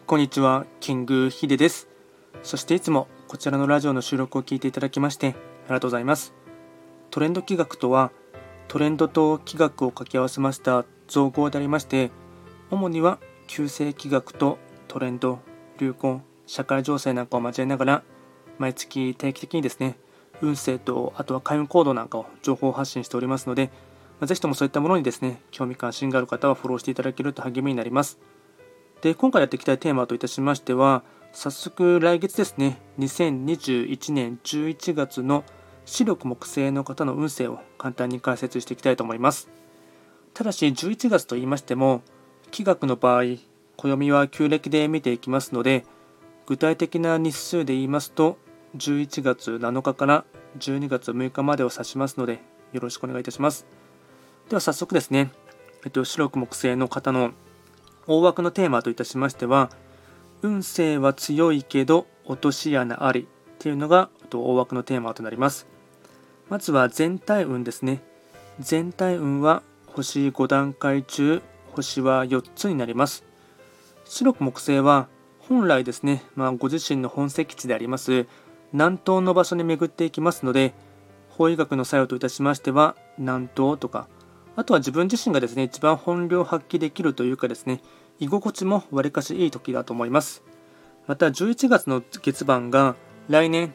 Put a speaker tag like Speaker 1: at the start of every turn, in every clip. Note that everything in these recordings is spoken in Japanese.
Speaker 1: こんにちは、キングヒデです。そしていつもこちらのラジオの収録を聞いていただきましてありがとうございます。トレンド企画とは、トレンドと企画を掛け合わせました造語でありまして、主には旧世企画とトレンド、流行、社会情勢なんかを交えながら、毎月定期的にですね、運勢とあとは開運行動なんかを情報発信しておりますので、ぜひともそういったものにですね、興味関心がある方はフォローしていただけると励みになります。で、今回やっていきたいテーマといたしましては、早速来月ですね、2021年11月の四緑木星の方の運勢を簡単に解説していきたいと思います。ただし11月と言いましても、気学の場合、暦は旧暦で見ていきますので、具体的な日数で言いますと、11月7日から12月6日までを指しますので、よろしくお願いいたします。では早速ですね、四緑木星の方の大枠のテーマといたしましては、運勢は強いけど落とし穴ありというのが大枠のテーマとなります。まずは全体運ですね。全体運は星5段階中、星は4つになります。四緑木星は本来ですね、ご自身の本石地であります南東の場所に巡っていきますので、法医学の作用といたしましては、南東とか、あとは自分自身がですね、一番本領発揮できるというかですね、居心地もわりかしいい時だと思います。また11月の月番が来年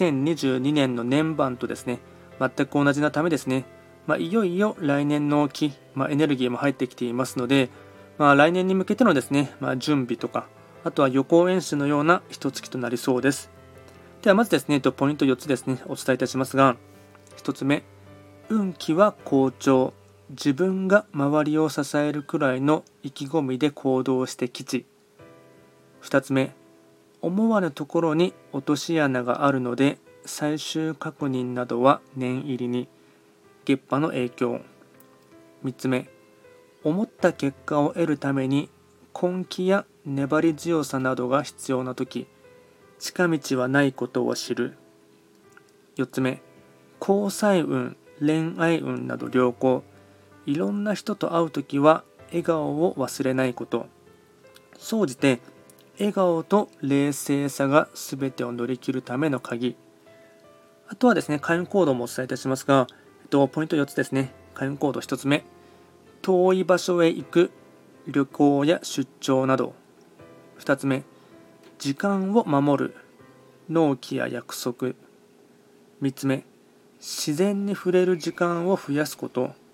Speaker 1: 2022年の年番とですね、全く同じなためですね、いよいよ来年の気、エネルギーも入ってきていますので、来年に向けてのですね、準備とか、あとは予行演習のような一月となりそうです。ではまずですね、ポイント4つですね、お伝えいたしますが、1つ目、運気は好調。自分が周りを支えるくらいの意気込みで行動して吉。2つ目、思わぬところに落とし穴があるので最終確認などは念入りに。月波の影響。3つ目、思った結果を得るために根気や粘り強さなどが必要な時、近道はないことを知る。4つ目、交際運、恋愛運など良好。いろんな人と会うときは笑顔を忘れないこと。総じて笑顔と冷静さが全てを乗り切るための鍵。あとはですね、開運行動もお伝えいたしますが、ポイント4つですね。開運行動1つ目、遠い場所へ行く、旅行や出張など。2つ目、時間を守る、納期や約束。3つ目、自然に触れる時間を増やすこと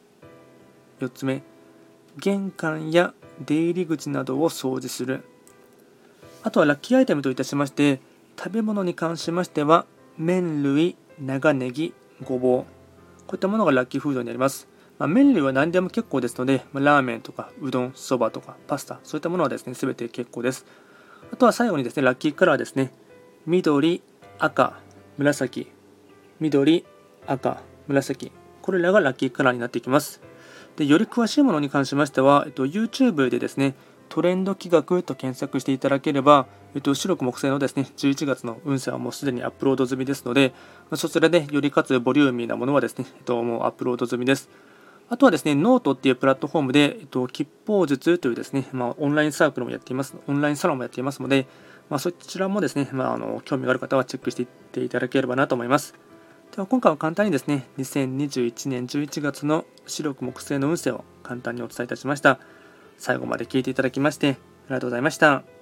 Speaker 1: 。4つ目、玄関や出入り口などを掃除する。あとはラッキーアイテムといたしまして、食べ物に関しましては麺類、長ネギ、ごぼう、こういったものがラッキーフードになります。麺類は何でも結構ですので、ラーメンとかうどん、そばとかパスタ、そういったものはですね、全て結構です。あとは最後にですね、ラッキーカラーですね、緑、赤、紫、緑、赤、紫、これらがラッキーカラーになっていきます。で、より詳しいものに関しましては、YouTube でですね、トレンド企画と検索していただければ、四緑木星のですね、11月の運勢はもうすでにアップロード済みですので、そちらでよりかつボリューミーなものはですね、もうアップロード済みです。あとはですね、ノートっていうプラットフォームで、吉報術というですね、オンラインサークルもやっています、オンラインサロンもやっていますので、そちらもですね、興味がある方はチェックしていっていただければなと思います。では今回は簡単にですね、2021年11月の四緑木星の運勢を簡単にお伝えいたしました。最後まで聞いていただきましてありがとうございました。